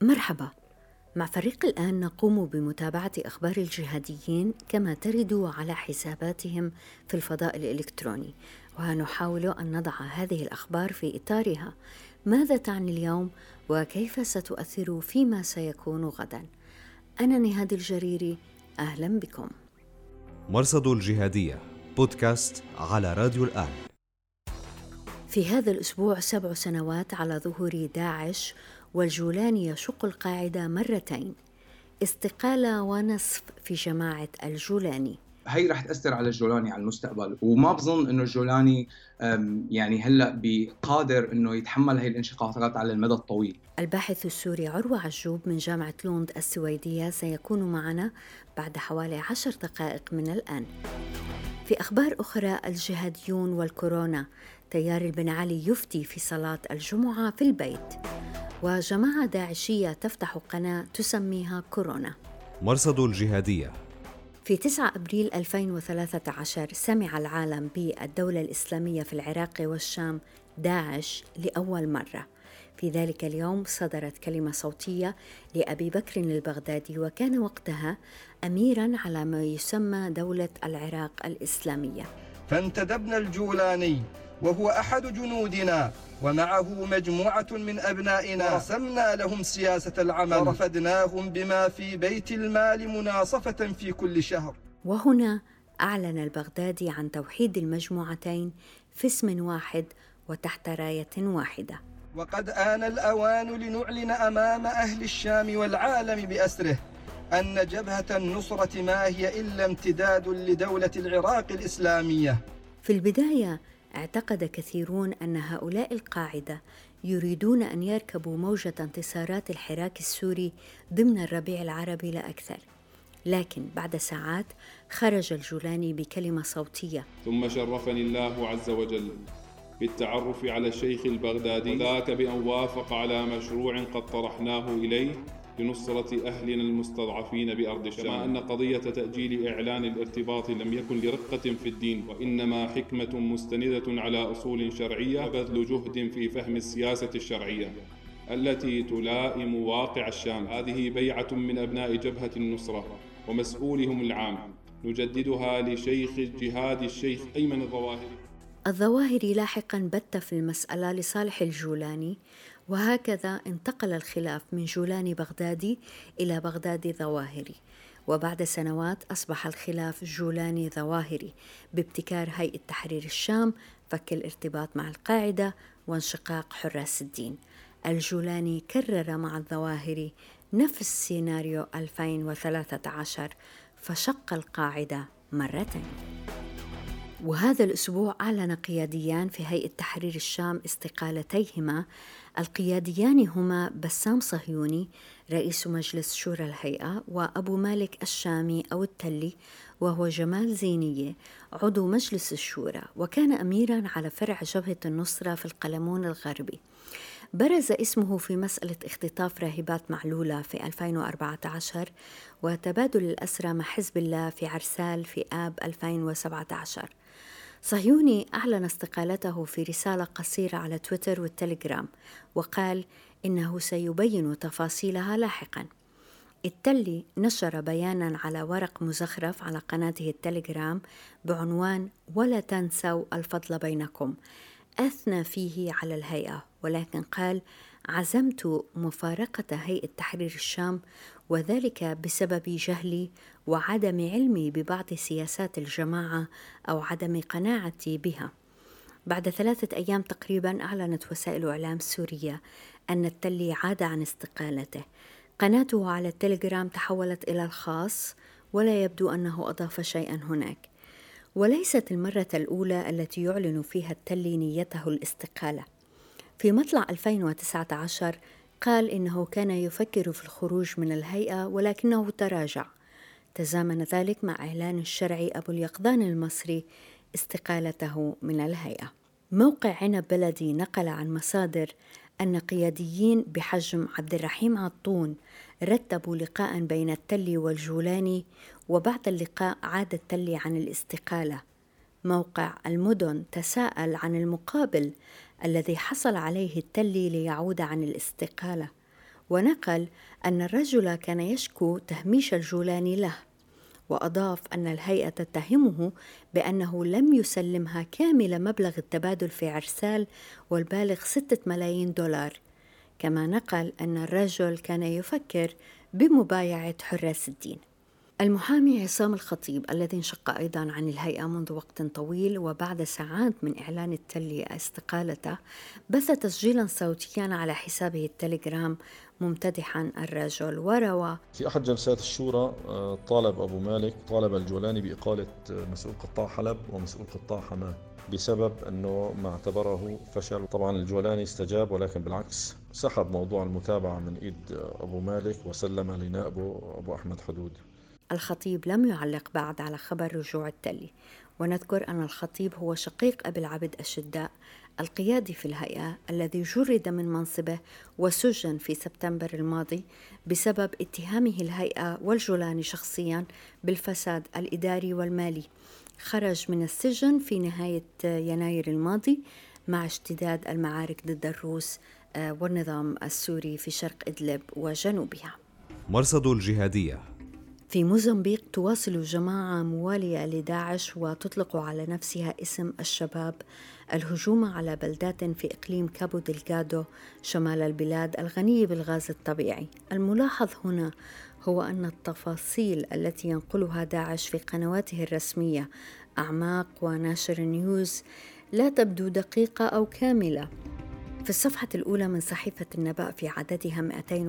مرحبا. مع فريق الآن نقوم بمتابعة أخبار الجهاديين كما ترد على حساباتهم في الفضاء الإلكتروني، ونحاول أن نضع هذه الأخبار في إطارها. ماذا تعني اليوم وكيف ستؤثر فيما سيكون غدا؟ أنا نهاد الجريري، أهلا بكم. مرصد الجهادية بودكاست على راديو الآن. في هذا الأسبوع 7 سنوات على ظهور داعش، والجولاني يشق القاعدة مرتين، استقالة ونصف في جماعة الجولاني. هي رح تأثر على الجولاني على المستقبل، وما بظن إنه الجولاني يعني هلأ بقادر إنه يتحمل هاي الانشقاقات على المدى الطويل. الباحث السوري عروة عجوب من جامعة لوند السويدية سيكون معنا بعد حوالي 10 دقائق من الآن. في أخبار أخرى، الجهاديون والكورونا، تيار البن علي يفتي في صلاة الجمعة في البيت، وجماعة داعشية تفتح قناة تسميها كورونا. مرصد الجهادية. في 9 أبريل 2013 سمع العالم بالدولة الإسلامية في العراق والشام داعش لأول مرة. في ذلك اليوم صدرت كلمة صوتية لأبي بكر البغدادي، وكان وقتها أميراً على ما يسمى دولة العراق الإسلامية. فانتدبنا الجولاني وهو أحد جنودنا ومعه مجموعة من أبنائنا، ورسمنا لهم سياسة العمل ورفدناهم بما في بيت المال مناصفة في كل شهر. وهنا أعلن البغدادي عن توحيد المجموعتين في اسم واحد وتحت راية واحدة. وقد آن الأوان لنعلن أمام أهل الشام والعالم بأسره أن جبهة النصرة ما هي إلا امتداد لدولة العراق الإسلامية. في البداية اعتقد كثيرون أن هؤلاء القاعدة يريدون أن يركبوا موجة انتصارات الحراك السوري ضمن الربيع العربي لا أكثر، لكن بعد ساعات خرج الجولاني بكلمة صوتية: ثم شرفني الله عز وجل بالتعرف على الشيخ البغدادي، ذاك بأن وافق على مشروع قد طرحناه إليه لنصرة أهلنا المستضعفين بأرض الشام، كما أن قضية تأجيل إعلان الارتباط لم يكن لرقة في الدين، وإنما حكمة مستندة على أصول شرعية وبذل جهد في فهم السياسة الشرعية التي تلائم واقع الشام. هذه بيعة من أبناء جبهة النصرة ومسؤولهم العام نجددها لشيخ الجهاد الشيخ أيمن الظواهري لاحقاً بت في المسألة لصالح الجولاني، وهكذا انتقل الخلاف من جولاني بغدادي إلى بغدادي ظواهري، وبعد سنوات أصبح الخلاف جولاني ظواهري بابتكار هيئة تحرير الشام، فك الارتباط مع القاعدة، وانشقاق حراس الدين. الجولاني كرر مع الظواهري نفس سيناريو 2013، فشق القاعدة مرتين. وهذا الأسبوع أعلن قياديان في هيئة تحرير الشام استقالتيهما. القياديان هما بسام صهيوني رئيس مجلس شورى الهيئة، وأبو مالك الشامي أو التلي وهو جمال زينية عضو مجلس الشورى، وكان أميراً على فرع جبهة النصرة في القلمون الغربي. برز اسمه في مسألة اختطاف راهبات معلولة في 2014 وتبادل الأسرى مع حزب الله في عرسال في آب 2017. صهيوني أعلن استقالته في رسالة قصيرة على تويتر والتليجرام، وقال إنه سيبين تفاصيلها لاحقاً. التلي نشر بياناً على ورق مزخرف على قناته التليجرام بعنوان "ولا تنسوا الفضل بينكم". أثنى فيه على الهيئة، ولكن قال: عزمت مفارقة هيئة تحرير الشام، وذلك بسبب جهلي وعدم علمي ببعض سياسات الجماعة أو عدم قناعتي بها. بعد 3 أيام تقريبا أعلنت وسائل إعلام سورية أن التلي عاد عن استقالته. قناته على التليجرام تحولت إلى الخاص، ولا يبدو أنه أضاف شيئا هناك. وليست المرة الأولى التي يعلن فيها التلي نيته الاستقالة. في مطلع 2019 قال إنه كان يفكر في الخروج من الهيئة ولكنه تراجع. تزامن ذلك مع إعلان الشرعي أبو اليقظان المصري استقالته من الهيئة. موقع عنب بلدي نقل عن مصادر أن قياديين بحجم عبد الرحيم عطون رتبوا لقاء بين التلي والجولاني، وبعد اللقاء عاد التلي عن الاستقالة. موقع المدن تساءل عن المقابل الذي حصل عليه التلي ليعود عن الاستقالة، ونقل أن الرجل كان يشكو تهميش الجولاني له، وأضاف أن الهيئة تتهمه بأنه لم يسلمها كامل مبلغ التبادل في عرسال والبالغ 6 ملايين دولار. كما نقل أن الرجل كان يفكر بمبايعة حراس الدين. المحامي عصام الخطيب الذي انشق أيضاً عن الهيئة منذ وقت طويل وبعد ساعات من إعلان التلي استقالته، بث تسجيلاً صوتياً على حسابه التليجرام ممتدحاً الرجل وروى: في أحد جلسات الشورى طالب أبو مالك طالب الجولاني بإقالة مسؤول قطاع حلب ومسؤول قطاع حماة بسبب أنه ما اعتبره فشل. طبعا الجولاني استجاب، ولكن بالعكس سحب موضوع المتابعة من إيد أبو مالك وسلم لنائبه أبو أحمد حدود. الخطيب لم يعلق بعد على خبر رجوع التلي، ونذكر أن الخطيب هو شقيق أبي العبد الشداء القيادي في الهيئة الذي جرد من منصبه وسجن في سبتمبر الماضي بسبب اتهامه الهيئة والجولاني شخصياً بالفساد الإداري والمالي. خرج من السجن في نهاية يناير الماضي مع اشتداد المعارك ضد الروس والنظام السوري في شرق إدلب وجنوبها. مرصد الجهادية. في موزمبيق تواصل جماعة موالية لداعش وتطلق على نفسها اسم الشباب الهجوم على بلدات في إقليم كابو دلغادو شمال البلاد الغني بالغاز الطبيعي. الملاحظ هنا هو أن التفاصيل التي ينقلها داعش في قنواته الرسمية أعماق وناشر نيوز لا تبدو دقيقة أو كاملة. في الصفحة الأولى من صحيفة النبأ في عددها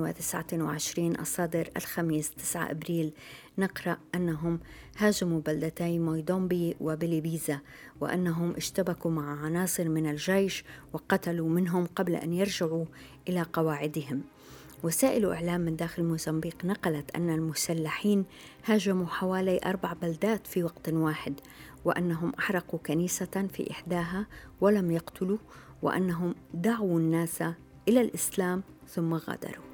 229 الصادر الخميس 9 أبريل نقرأ أنهم هاجموا بلدتي مويدومبي وبليبيزا، وأنهم اشتبكوا مع عناصر من الجيش وقتلوا منهم قبل أن يرجعوا إلى قواعدهم. وسائل إعلام من داخل موزمبيق نقلت أن المسلحين هاجموا حوالي 4 بلدات في وقت واحد، وأنهم أحرقوا كنيسة في إحداها ولم يقتلوا، وأنهم دعوا الناس إلى الإسلام ثم غادروا.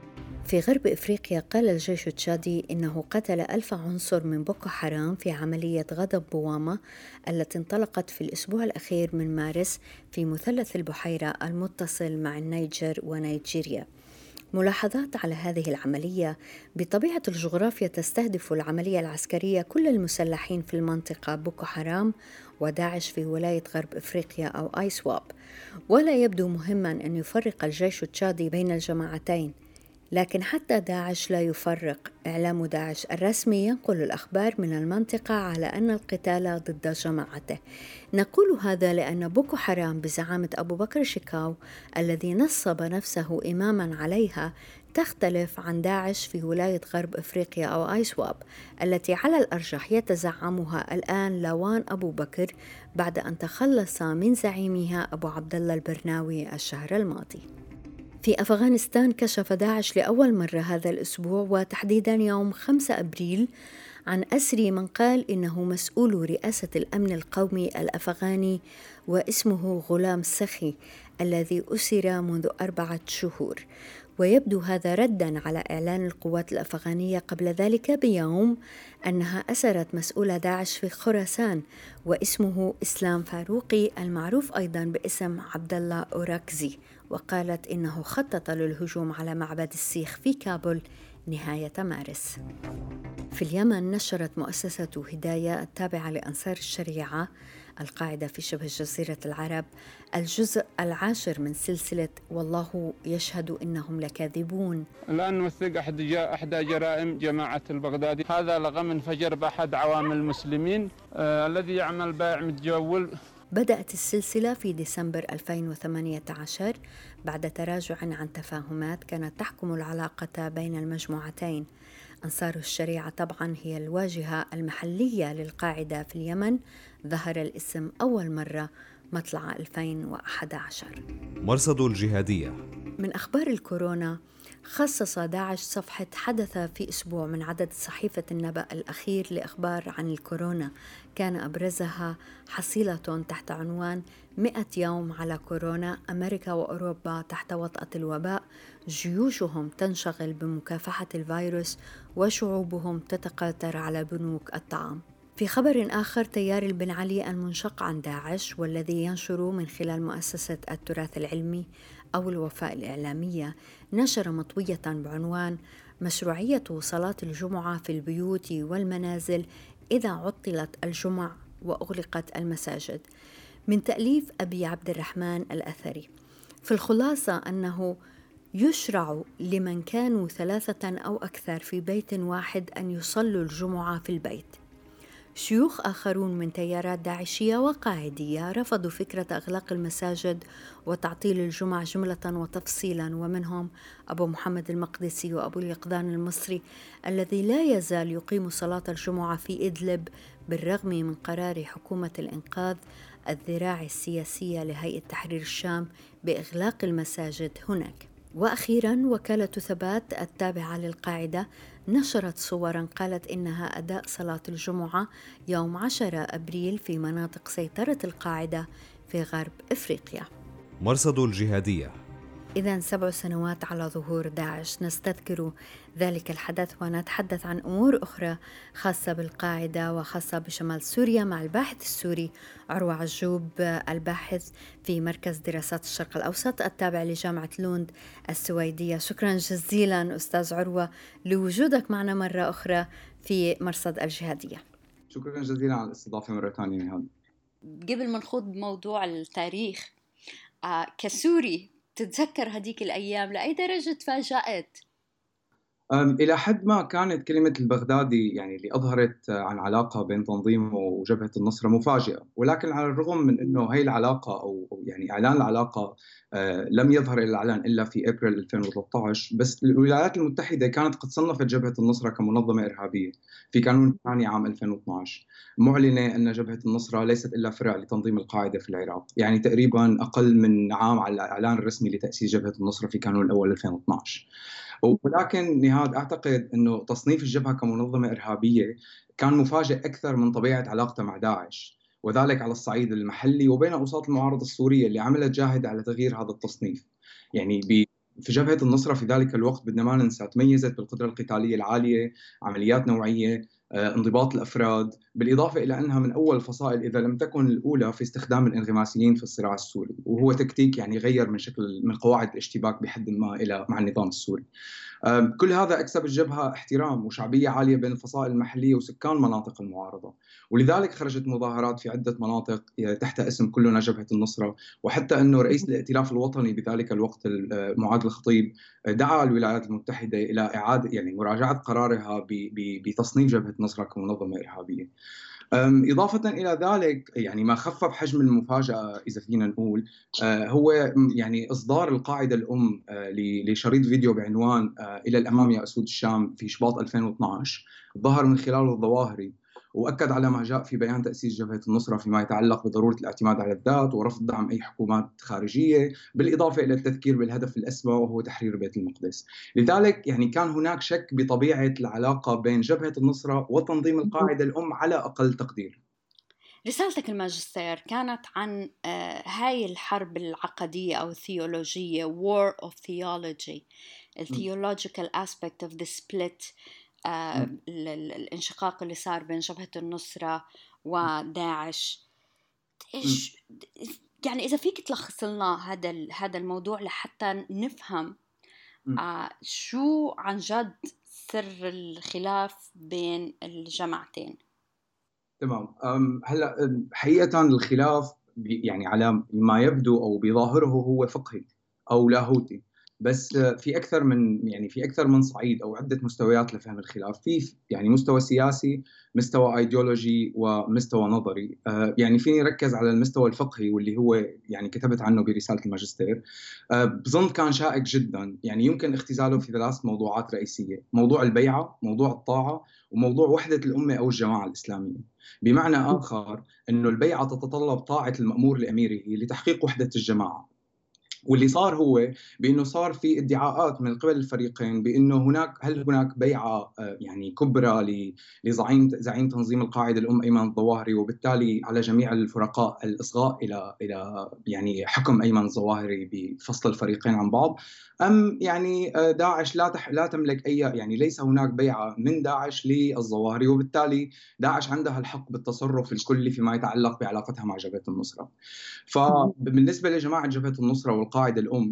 في غرب إفريقيا قال الجيش التشادي إنه قتل 1000 عنصر من بوكو حرام في عملية غضب بوامة التي انطلقت في الأسبوع الأخير من مارس في مثلث البحيرة المتصل مع النيجر ونيجيريا. ملاحظات على هذه العملية: بطبيعة الجغرافيا تستهدف العملية العسكرية كل المسلحين في المنطقة بوكو حرام وداعش في ولاية غرب إفريقيا أو آيسواب، ولا يبدو مهما أن يفرق الجيش التشادي بين الجماعتين، لكن حتى داعش لا يفرق. إعلام داعش الرسمي ينقل الأخبار من المنطقة على أن القتال ضد جماعته. نقول هذا لأن بوكو حرام بزعامة أبو بكر شكاو الذي نصب نفسه إماما عليها تختلف عن داعش في ولاية غرب إفريقيا أو آيسواب التي على الأرجح يتزعمها الآن لاوان أبو بكر بعد أن تخلص من زعيمها أبو عبد الله البرناوي الشهر الماضي. في أفغانستان كشف داعش لأول مرة هذا الأسبوع وتحديداً يوم 5 أبريل عن أسري من قال إنه مسؤول رئاسة الأمن القومي الأفغاني واسمه غلام سخي الذي أسر منذ 4 شهور. ويبدو هذا رداً على إعلان القوات الأفغانية قبل ذلك بيوم أنها أسرت مسؤول داعش في خراسان واسمه إسلام فاروقي المعروف أيضاً باسم عبد الله أوراكزي، وقالت إنه خطط للهجوم على معبد السيخ في كابول نهاية مارس. في اليمن نشرت مؤسسة هداية التابعة لأنصار الشريعة القاعدة في شبه جزيرة العرب الجزء 10 من سلسلة والله يشهد إنهم لكاذبون. الآن نوثق أحدى جرائم جماعة البغدادي. هذا لغم انفجر بأحد عوام المسلمين الذي يعمل بائع متجول. بدأت السلسلة في ديسمبر 2018 بعد تراجع عن تفاهمات كانت تحكم العلاقة بين المجموعتين. أنصار الشريعة طبعا هي الواجهة المحلية للقاعدة في اليمن، ظهر الاسم أول مرة مطلع 2011. مرصد الجهادية. من أخبار الكورونا، خصص داعش صفحة حدث في أسبوع من عدد صحيفة النبأ الأخير لإخبار عن الكورونا، كان أبرزها حصيلة تحت عنوان 100 يوم على كورونا، أمريكا وأوروبا تحت وطأة الوباء، جيوشهم تنشغل بمكافحة الفيروس وشعوبهم تتقاتل على بنوك الطعام. في خبر آخر، تيار البن علي المنشق عن داعش والذي ينشر من خلال مؤسسة التراث العلمي أو الوفاء الإعلامية نشر مطوية بعنوان مشروعية صلاة الجمعة في البيوت والمنازل إذا عطلت الجمع وأغلقت المساجد، من تأليف أبي عبد الرحمن الأثري. في الخلاصة أنه يشرع لمن كانوا 3 أو أكثر في بيت واحد أن يصلوا الجمعة في البيت. شيوخ آخرون من تيارات داعشية وقاعدية رفضوا فكرة إغلاق المساجد وتعطيل الجمعة جملة وتفصيلا، ومنهم أبو محمد المقدسي وأبو اليقظان المصري الذي لا يزال يقيم صلاة الجمعة في إدلب بالرغم من قرار حكومة الإنقاذ الذراع السياسية لهيئة تحرير الشام بإغلاق المساجد هناك. وأخيراً وكالة ثبات التابعة للقاعدة نشرت صوراً قالت إنها أداء صلاة الجمعة يوم 10 أبريل في مناطق سيطرة القاعدة في غرب إفريقيا. مرصد الجهادية. إذن 7 سنوات على ظهور داعش، نستذكر ذلك الحدث ونتحدث عن أمور أخرى خاصة بالقاعدة وخاصة بشمال سوريا مع الباحث السوري عروة عجوب، الباحث في مركز دراسات الشرق الأوسط التابع لجامعة لوند السويدية. شكرا جزيلا أستاذ عروة لوجودك معنا مرة أخرى في مرصد الجهادية. شكرا جزيلا على الاستضافة مرة ثانية نهاد. قبل ما نخوض بموضوع التاريخ، كسوري تتذكر هديك الأيام لأي درجة تفاجأت؟ إلى حد ما كانت كلمة البغدادي يعني اللي أظهرت عن علاقة بين تنظيمه وجبهة النصرة مفاجئة، ولكن على الرغم من أنه هاي العلاقة أو يعني إعلان العلاقة لم يظهر الإعلان إلا في أبريل 2013، بس الولايات المتحدة كانت قد صنفت جبهة النصرة كمنظمة إرهابية في قانون ثاني عام 2012، معلنة أن جبهة النصرة ليست إلا فرع لتنظيم القاعدة في العراق، يعني تقريبا أقل من عام على الإعلان الرسمي لتأسيس جبهة النصرة في قانون الأول 2012. ولكن نهاد أعتقد أنه تصنيف الجبهة كمنظمة إرهابية كان مفاجئ أكثر من طبيعة علاقتها مع داعش، وذلك على الصعيد المحلي وبين أوساط المعارضة السورية اللي عملت جاهد على تغيير هذا التصنيف. يعني في جبهة النصرة في ذلك الوقت بدنا ما ننسى تميزت بالقدرة القتالية العالية، عمليات نوعية، انضباط الأفراد، بالإضافة إلى أنها من أول الفصائل إذا لم تكن الأولى في استخدام الانغماسيين في الصراع السوري، وهو تكتيك يعني غير من قواعد الاشتباك بحد ما مع النظام السوري. كل هذا أكسب الجبهة احترام وشعبية عالية بين الفصائل المحلية وسكان مناطق المعارضة، ولذلك خرجت مظاهرات في عدة مناطق تحت اسم كلنا جبهة النصرة، وحتى أنه رئيس الائتلاف الوطني بذلك الوقت معاذ الخطيب دعا الولايات المتحدة إلى إعادة يعني مراجعة قرارها بتصنيف جبهة النصرة كمنظمة إرهابية. إضافة إلى ذلك يعني ما خفف حجم المفاجأة إذا فينا نقول هو يعني إصدار القاعدة الأم لشريط فيديو بعنوان إلى الأمام يا أسود الشام في شباط 2012، ظهر من خلاله الظواهري وأكد على ما جاء في بيان تأسيس جبهة النصرة فيما يتعلق بضرورة الاعتماد على الذات ورفض دعم أي حكومات خارجية، بالإضافة إلى التذكير بالهدف الأسمى وهو تحرير بيت المقدس. لذلك يعني كان هناك شك بطبيعة العلاقة بين جبهة النصرة وتنظيم القاعدة الأم على أقل تقدير. رسالتك الماجستير كانت عن هاي الحرب العقدية أو الثيولوجية War of Theology، الtheological aspect of the split، الانشقاق اللي صار بين جبهة النصرة وداعش. إيش يعني إذا فيك تلخص لنا هذا الموضوع لحتى نفهم شو عن جد سر الخلاف بين الجماعتين؟ تمام. هلا حقيقة الخلاف يعني على ما يبدو أو بظاهره هو فقهي أو لاهوتي، بس في أكثر من صعيد أو عدة مستويات لفهم الخلاف. في يعني مستوى سياسي، مستوى أيديولوجي، ومستوى نظري. يعني فيني ركز على المستوى الفقهي واللي هو يعني كتبت عنه برسالة الماجستير. بظن كان شائك جدا، يعني يمكن اختزاله في 3 موضوعات رئيسية: موضوع البيعة، موضوع الطاعة، وموضوع وحدة الأمة أو الجماعة الإسلامية. بمعنى آخر أنه البيعة تتطلب طاعة المأمور لأميره لتحقيق وحدة الجماعة، واللي صار هو بأنه صار في ادعاءات من قبل الفريقين بأنه هل هناك بيعة يعني كبرى لزعيم تنظيم القاعدة الأم أيمن الظواهري، وبالتالي على جميع الفرقاء الإصغاء إلى يعني حكم أيمن الظواهري بفصل الفريقين عن بعض، أم يعني داعش لا تملك يعني ليس هناك بيعة من داعش للظواهري، وبالتالي داعش عندها الحق بالتصرف الكلي فيما يتعلق بعلاقتها مع جبهة النصرة. فبالنسبة لجماعة جبهة النصرة والقاعدة الأم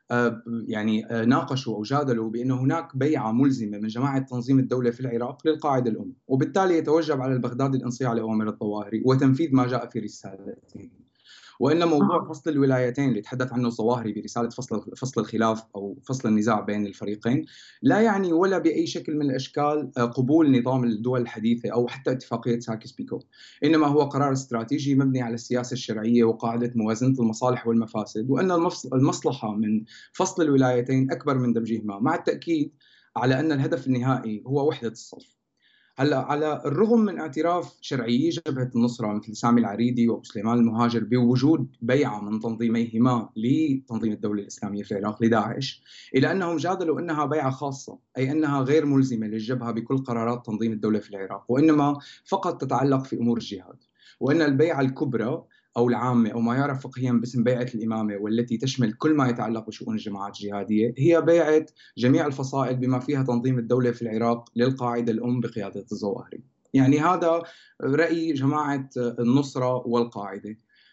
يعني ناقشوا أو جادلوا بأن هناك بيعة ملزمة من جماعة تنظيم الدولة في العراق للقاعدة الأم، وبالتالي يتوجب على البغدادي الانصياع لأوامر الظواهري وتنفيذ ما جاء في رسالته. وإن موضوع فصل الولايتين اللي تحدث عنه الظواهري برسالة فصل الخلاف أو فصل النزاع بين الفريقين لا يعني ولا بأي شكل من الأشكال قبول نظام الدول الحديثة أو حتى اتفاقية سايكس-بيكو، إنما هو قرار استراتيجي مبني على السياسة الشرعية وقاعدة موازنة المصالح والمفاسد، وأن المصلحة من فصل الولايتين أكبر من دمجهما، مع التأكيد على أن الهدف النهائي هو وحدة الصف. هلا على الرغم من اعتراف شرعيي جبهة النصرة مثل سامي العريدي وأبو سليمان المهاجر بوجود بيعة من تنظيميهما لتنظيم الدولة الإسلامية في العراق لداعش، إلا أنهم جادلوا أنها بيعة خاصة، أي أنها غير ملزمة للجبهة بكل قرارات تنظيم الدولة في العراق، وإنما فقط تتعلق في أمور الجهاد، وأن البيعة الكبرى أو العامة أو ما يعرف فقهيا باسم بيعة الإمامة والتي تشمل كل ما يتعلق بشؤون الجماعات الجهادية هي بيعة جميع الفصائل بما فيها تنظيم الدولة في العراق للقاعدة الأم بقيادة الظواهري. يعني هذا رأي جماعة النصرة والقاعدة.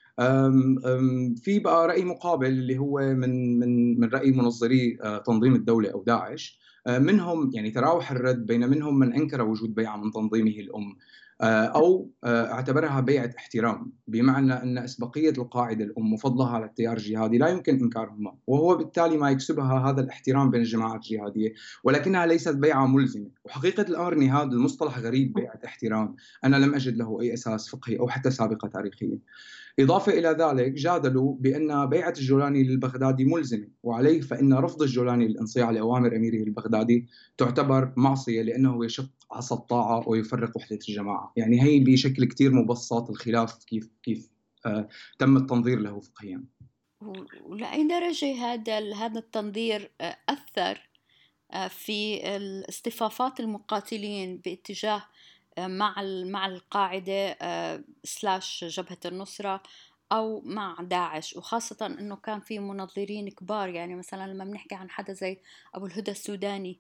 في بقى رأي مقابل اللي هو من رأي منظري تنظيم الدولة أو داعش، منهم يعني تراوح الرد بين منهم من أنكر وجود بيعة من تنظيمه الأم أو اعتبرها بيعة احترام، بمعنى أن أسبقية القاعدة الأم وفضلها على التيار الجهادي لا يمكن إنكارهما، وهو بالتالي ما يكسبها هذا الاحترام بين الجماعات الجهادية، ولكنها ليست بيعة ملزمة. وحقيقة الأمر أن هذا المصطلح غريب بيعة احترام أنا لم أجد له أي أساس فقهي أو حتى سابقة تاريخية. إضافة إلى ذلك جادلوا بأن بيعة الجولاني للبغدادي ملزمة، وعليه فإن رفض الجولاني للانصياع لأوامر أميره البغدادي تعتبر معصية لأنه يشق عصا الطاعة ويفرق وحدة الجماعة. يعني هي بشكل كتير مبسط الخلاف كيف تم التنظير له فقهيا. ولأي درجة هذا التنظير أثر في اصطفافات المقاتلين باتجاه مع القاعدة سلاش جبهة النصرة أو مع داعش، وخاصة أنه كان في منظرين كبار، يعني مثلا لما بنحكي عن حدا زي أبو الهدى السوداني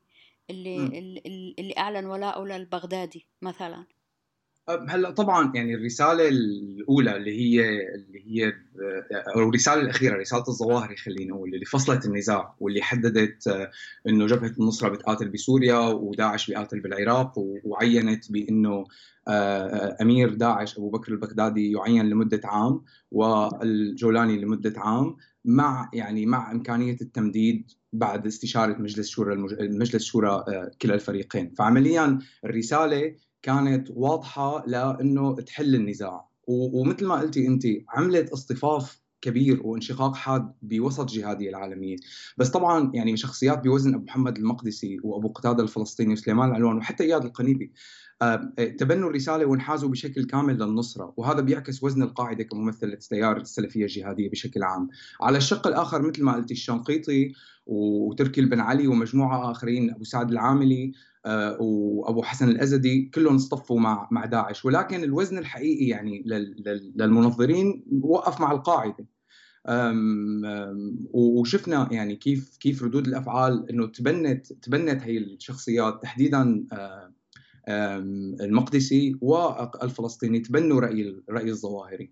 اللي أعلن ولاءه للبغدادي مثلا. هلا طبعا يعني الرساله الاولى اللي هي او الرساله الاخيره رساله الظواهري خلينا نقول اللي فصلت النزاع واللي حددت انه جبهه النصره بتقاتل بسوريا وداعش بيقاتل بالعراق، وعينت بانه امير داعش ابو بكر البغدادي يعين لمده عام والجولاني لمده عام، مع امكانيه التمديد بعد استشاره مجلس شورى كلا الفريقين. فعمليا الرساله كانت واضحة لأنه تحل النزاع، ومثل ما قلتي أنت عملت اصطفاف كبير وانشقاق حاد بوسط جهادية العالمية. بس طبعا يعني شخصيات بوزن أبو محمد المقدسي وأبو قتادة الفلسطيني وسليمان العلوان وحتى إياد القنيبي تبنوا الرسالة وانحازوا بشكل كامل للنصرة، وهذا بيعكس وزن القاعدة كممثلة تيار السلفية الجهادية بشكل عام. على الشق الآخر مثل ما قلتي الشنقيطي وتركي البن علي ومجموعة آخرين، أبو سعد العاملي وأبو حسن الأزدي، كلهم اصطفوا مع داعش، ولكن الوزن الحقيقي يعني للمنظرين وقف مع القاعدة. وشفنا يعني كيف ردود الأفعال إنه تبنت هي الشخصيات تحديدا المقدسي والفلسطيني تبنوا رأي الظواهري.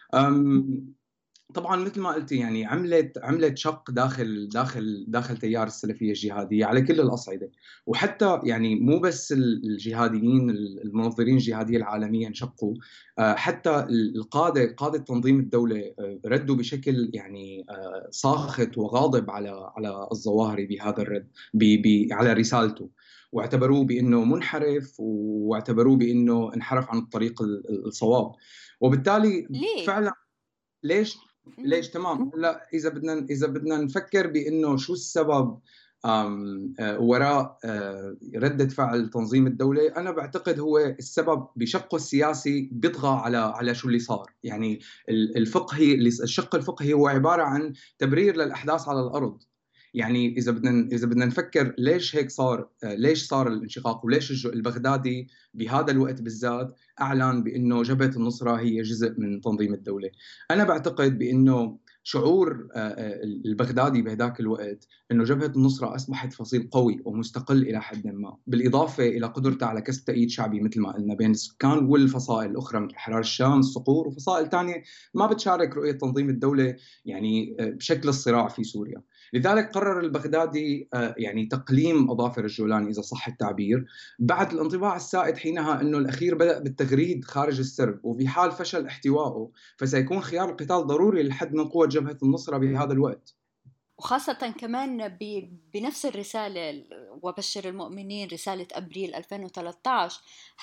طبعا مثل ما قلتي يعني عملت شق داخل تيار السلفيه الجهاديه على كل الاصعده، وحتى يعني مو بس الجهاديين المنظرين الجهاديه العالميه انشقوا، حتى قاده تنظيم الدوله ردوا بشكل يعني ساخط وغاضب على الظواهري بهذا الرد على رسالته، واعتبروه بانه منحرف واعتبروه بانه انحرف عن الطريق الصواب. وبالتالي فعلا ليش تمام. لا اذا بدنا نفكر بانه شو السبب وراء ردة فعل تنظيم الدولة، أنا بعتقد هو السبب بشقه السياسي بيطغى على شو اللي صار. يعني الشق الفقهي هو عبارة عن تبرير للأحداث على الأرض. يعني إذا بدنا نفكر ليش هيك صار، ليش صار الانشقاق، وليش البغدادي بهذا الوقت بالذات أعلن بأنه جبهة النصرة هي جزء من تنظيم الدولة. أنا بعتقد بأنه شعور البغدادي بهذاك الوقت أنه جبهة النصرة أصبحت فصيل قوي ومستقل إلى حد ما، بالإضافة إلى قدرته على كسب تأييد شعبي مثل ما قلنا بين السكان والفصائل الأخرى مثل حرار الشام، الصقور، وفصائل ثانية ما بتشارك رؤية تنظيم الدولة يعني بشكل الصراع في سوريا. لذلك قرر البغدادي يعني تقليم أظافر الجولاني إذا صح التعبير، بعد الانطباع السائد حينها أنه الأخير بدأ بالتغريد خارج السرب، وفي حال فشل احتوائه فسيكون خيار القتال ضروري للحد من قوة جبهة النصرة بهذا الوقت. وخاصة كمان بنفس الرسالة وبشر المؤمنين رسالة أبريل 2013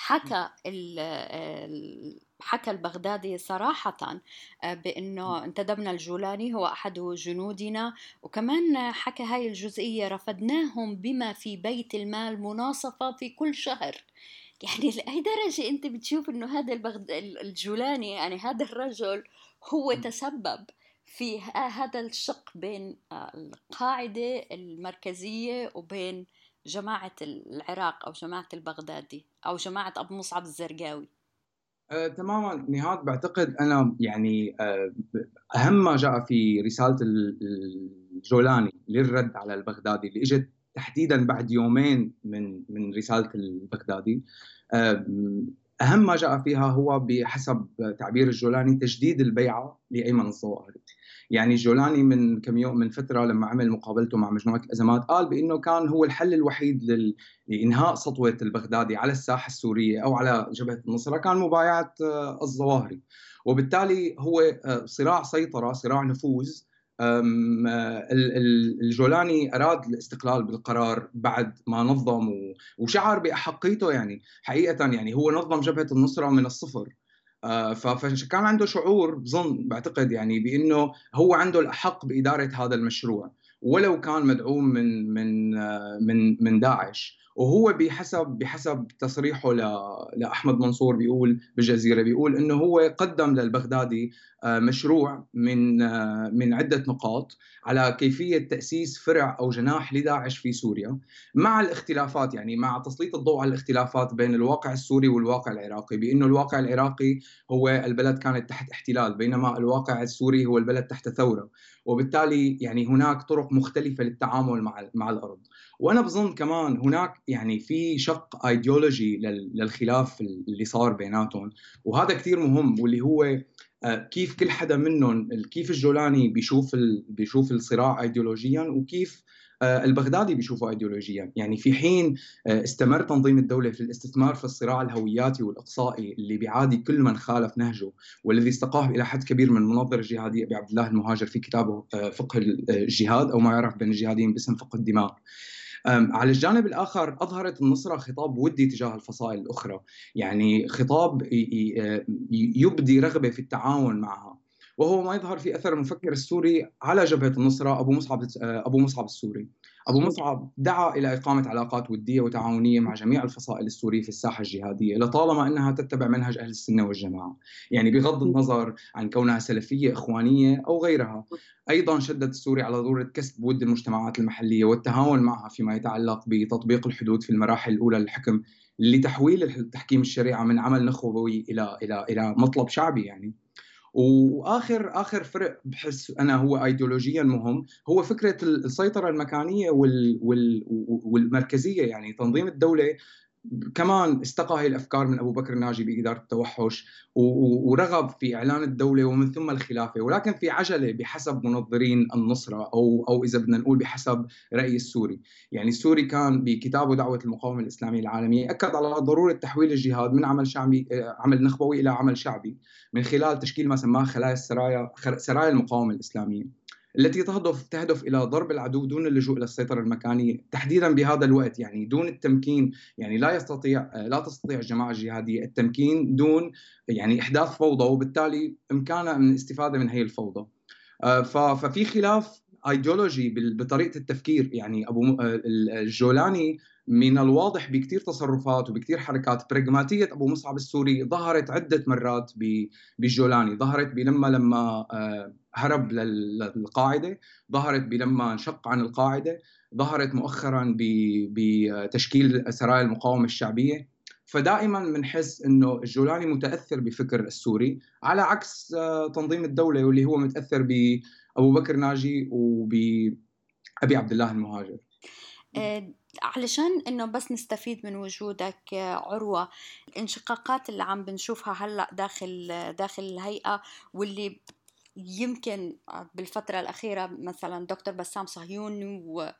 حكى البغدادي صراحة بأنه انتدبنا الجولاني هو أحد جنودنا، وكمان حكى هاي الجزئية رفدناهم بما في بيت المال مناصفة في كل شهر. يعني لأي درجة أنت بتشوف أنه هذا الجولاني، يعني هذا الرجل هو تسبب في هذا الشق بين القاعدة المركزية وبين جماعة العراق أو جماعة البغدادي أو جماعة أبو مصعب الزرقاوي. تماما نهاد، بعتقد أنا يعني أهم ما جاء في رسالة الجولاني للرد على البغدادي اللي إجت تحديدا بعد يومين من رسالة البغدادي، أهم ما جاء فيها هو بحسب تعبير الجولاني تجديد البيعة لأيمن الظواهري. يعني الجولاني من كم يوم من فترة لما عمل مقابلته مع مجموعة الأزمات قال بأنه كان هو الحل الوحيد لإنهاء سطوة البغدادي على الساحة السورية أو على جبهة النصرة كان مبايعة الظواهري، وبالتالي هو صراع سيطرة، صراع نفوذ. الجولاني أراد الاستقلال بالقرار بعد ما نظم وشعر بأحقيته، يعني حقيقة يعني هو نظم جبهة النصرة من الصفر، فكان عنده شعور بظن بعتقد يعني بأنه هو عنده الأحق بإدارة هذا المشروع ولو كان مدعوم من داعش. وهو بحسب تصريحه لأحمد منصور بيقول بالجزيرة، بيقول إنه هو قدم للبغدادي مشروع من عدة نقاط على كيفية تأسيس فرع أو جناح لداعش في سوريا، مع الاختلافات، يعني مع تسليط الضوء على الاختلافات بين الواقع السوري والواقع العراقي، بأنه الواقع العراقي هو البلد كانت تحت احتلال بينما الواقع السوري هو البلد تحت ثورة، وبالتالي يعني هناك طرق مختلفة للتعامل مع الأرض. وأنا بظن كمان هناك يعني في شق ايديولوجي للخلاف اللي صار بيناتهم، وهذا كثير مهم، واللي هو كيف كل حدا منهم، كيف الجولاني بيشوف الصراع ايديولوجيا، وكيف البغدادي بيشوفه ايديولوجيا. يعني في حين استمر تنظيم الدولة في الاستثمار في الصراع الهوياتي والإقصائي اللي بيعادي كل من خالف نهجه، والذي استقاه إلى حد كبير من منظر الجهادي أبي عبد الله المهاجر في كتابه فقه الجهاد، أو ما يعرف بين الجهاديين باسم فقه الدماء. على الجانب الآخر أظهرت النصرة خطاب ودي تجاه الفصائل الأخرى، يعني خطاب يبدي رغبة في التعاون معها، وهو ما يظهر في أثر المفكر السوري على جبهة النصرة أبو مصعب السوري. أبو مصعب دعا إلى إقامة علاقات ودية وتعاونية مع جميع الفصائل السورية في الساحة الجهادية لطالما أنها تتبع منهج أهل السنة والجماعة، يعني بغض النظر عن كونها سلفية إخوانية أو غيرها. أيضا شدد السوري على ضرورة كسب ود المجتمعات المحلية والتهاون معها فيما يتعلق بتطبيق الحدود في المراحل الأولى للحكم لتحويل تحكيم الشريعة من عمل نخبوي إلى مطلب شعبي يعني. واخر فرق بحس انا هو ايديولوجيا مهم، هو فكره السيطره المكانيه والمركزيه. يعني تنظيم الدوله كمان استقى هي الافكار من ابو بكر الناجي باداره التوحش، ورغب في اعلان الدوله ومن ثم الخلافه، ولكن في عجله بحسب منظرين النصره، او اذا بدنا نقول بحسب راي السوري. يعني السوري كان بكتابه دعوه المقاومه الاسلاميه العالميه اكد على ضروره تحويل الجهاد من عمل شعبي، عمل نخبوي، الى عمل شعبي، من خلال تشكيل ما سماه خلايا سرايا المقاومه الاسلاميه التي تهدف إلى ضرب العدو دون اللجوء إلى السيطرة المكانية، تحديدا بهذا الوقت، يعني دون التمكين. يعني لا تستطيع الجماعة الجهادية التمكين دون يعني إحداث فوضى، وبالتالي إمكانها من الاستفادة من هي الفوضى. ففي خلاف ايديولوجي بطريقة التفكير. يعني الجولاني من الواضح بكثير تصرفات وبكثير حركات براغماتية أبو مصعب السوري ظهرت عدة مرات بالجولاني، ظهرت لما هرب للقاعدة، ظهرت لما انشق عن القاعدة، ظهرت مؤخرا بتشكيل سرايا المقاومة الشعبية. فدائما بنحس انه الجولاني متاثر بفكر السوري على عكس تنظيم الدوله واللي هو متاثر بابو بكر ناجي وبابي عبد الله المهاجر. علشان انه بس نستفيد من وجودك عروة، الانشقاقات اللي عم بنشوفها هلا داخل الهيئة واللي يمكن بالفترة الأخيرة مثلا دكتور بسام صهيون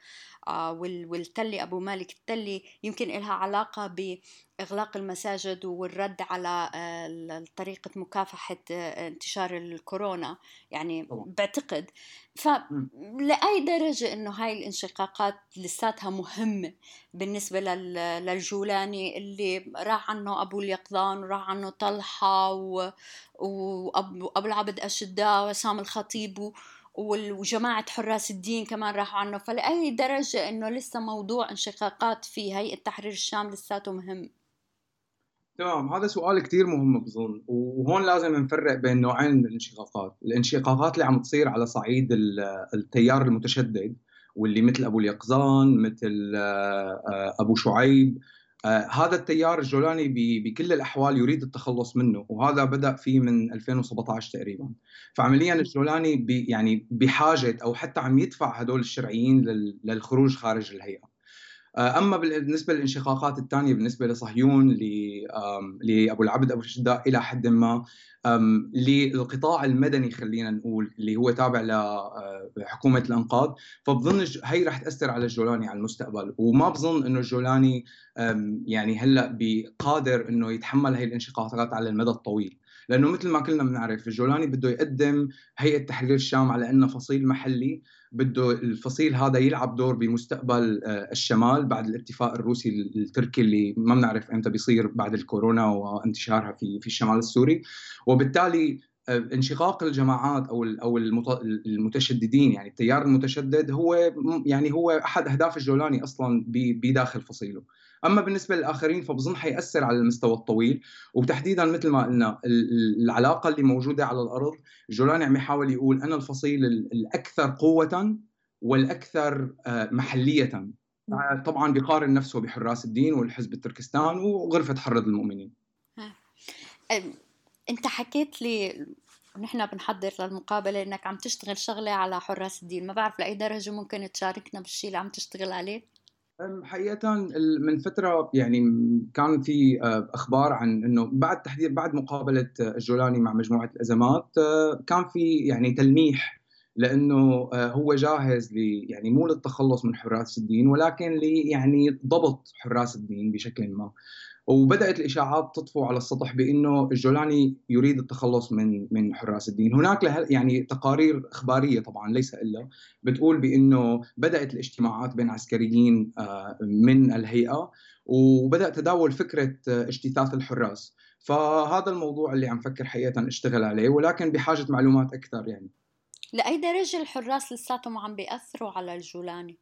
والتلي أبو مالك التلي يمكن إلها علاقة بإغلاق المساجد والرد على طريقة مكافحة انتشار الكورونا، يعني بعتقد. فلأي درجة إنه هاي الانشقاقات لساتها مهمة بالنسبة للجولاني اللي راح عنه أبو اليقظان وراح عنه طلحة وأبو العبد أشداء وسام الخطيب وجماعة حراس الدين كمان راحوا عنه، فلأي درجة إنه لسه موضوع انشقاقات في هيئة تحرير الشام لساته مهم؟ تمام، هذا سؤال كتير مهم بظن، وهون لازم نفرق بين نوعين من الانشقاقات اللي عم تصير على صعيد التيار المتشدد واللي مثل أبو اليقظان، مثل أبو شعيب. هذا التيار الجولاني بكل الأحوال يريد التخلص منه، وهذا بدأ فيه من 2017 تقريبا. فعمليا الجولاني يعني بحاجة أو حتى عم يدفع هدول الشرعيين للخروج خارج الهيئة. أما بالنسبة للانشقاقات الثانية بالنسبة لصهيون لأبو العبد أبو الشداء إلى حد ما للقطاع المدني خلينا نقول اللي هو تابع لحكومة الأنقاض، فبظن هي رح تأثر على الجولاني على المستقبل. وما بظن إنه الجولاني يعني هلأ بقادر إنه يتحمل هي الانشقاقات على المدى الطويل، لأنه مثل ما كلنا بنعرف الجولاني بده يقدم هيئة تحرير الشام على أنه فصيل محلي، بده الفصيل هذا يلعب دور بمستقبل الشمال بعد الاتفاق الروسي التركي اللي ما بنعرف امتى بيصير بعد الكورونا وانتشارها في الشمال السوري. وبالتالي انشقاق الجماعات او المتشددين، يعني التيار المتشدد هو احد اهداف الجولاني اصلا بداخل فصيله. اما بالنسبه للاخرين فبظن حيأثر على المستوى الطويل، وتحديدا مثل ما قلنا العلاقه اللي موجوده على الارض. الجولاني عم يحاول يقول انا الفصيل الاكثر قوه والاكثر محليه، طبعا بيقارن نفسه بحراس الدين والحزب التركستان وغرفه حرض المؤمنين. انت حكيت لي ونحن بنحضر للمقابله انك عم تشتغل شغله على حراس الدين، ما بعرف لاي درجه ممكن تشاركنا بالشيء اللي عم تشتغل عليه؟ حقيقة من فترة يعني كان في أخبار عن أنه بعد مقابلة الجولاني مع مجموعة الأزمات كان في يعني تلميح لأنه هو جاهز يعني مو للتخلص من حراس الدين ولكن يعني ضبط حراس الدين بشكل ما. وبدأت الإشاعات تطفو على السطح بأنه الجولاني يريد التخلص من حراس الدين. هناك يعني تقارير إخبارية طبعا ليس إلا بتقول بأنه بدأت الاجتماعات بين عسكريين من الهيئة، وبدأ تداول فكرة اجتثاث الحراس. فهذا الموضوع اللي عم فكر حقيقة اشتغل عليه، ولكن بحاجة معلومات أكثر. يعني لأي درجة الحراس لساتهم عم بيأثروا على الجولاني؟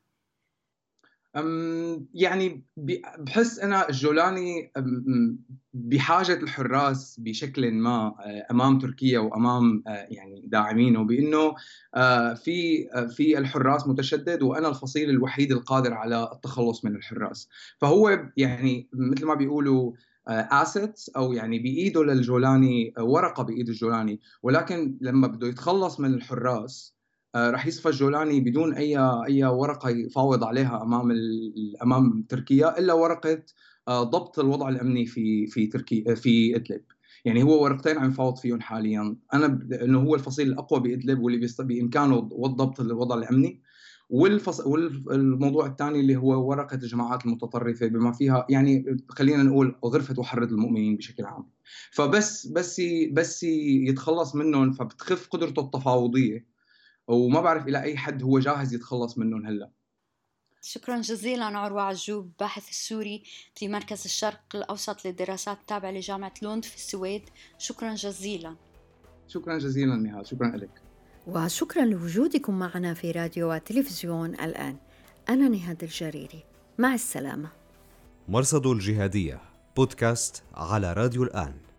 يعني بحس أنا الجولاني بحاجة الحراس بشكل ما أمام تركيا وأمام يعني داعمينه، بأنه في الحراس متشدد وأنا الفصيل الوحيد القادر على التخلص من الحراس. فهو يعني مثل ما بيقولوا assets أو يعني بإيده للجولاني ورقة بإيد الجولاني، ولكن لما بده يتخلص من الحراس رح يصفى الجولاني بدون اي ورقه يفاوض عليها امام تركيا الا ورقه ضبط الوضع الامني في تركيا في ادلب. يعني هو ورقتين عم يفاوض فيهم حاليا، انه هو الفصيل الاقوى بادلب واللي بامكانه ضبط الوضع الامني، والموضوع الثاني اللي هو ورقه الجماعات المتطرفه بما فيها يعني خلينا نقول غرفه وحرض المؤمنين بشكل عام. فبس يتخلص منهم فبتخف قدرته التفاوضيه، وما بعرف إلى أي حد هو جاهز يتخلص منهم هلأ. شكرا جزيلا عروة عجوب، باحث السوري في مركز الشرق الأوسط للدراسات التابع لجامعة لوند في السويد. شكرا جزيلا. شكرا جزيلا نهاد، شكرا لك. وشكرا لوجودكم معنا في راديو وتلفزيون الآن. أنا نهاد الجريري، مع السلامة. مرصد الجهادية بودكاست على راديو الآن.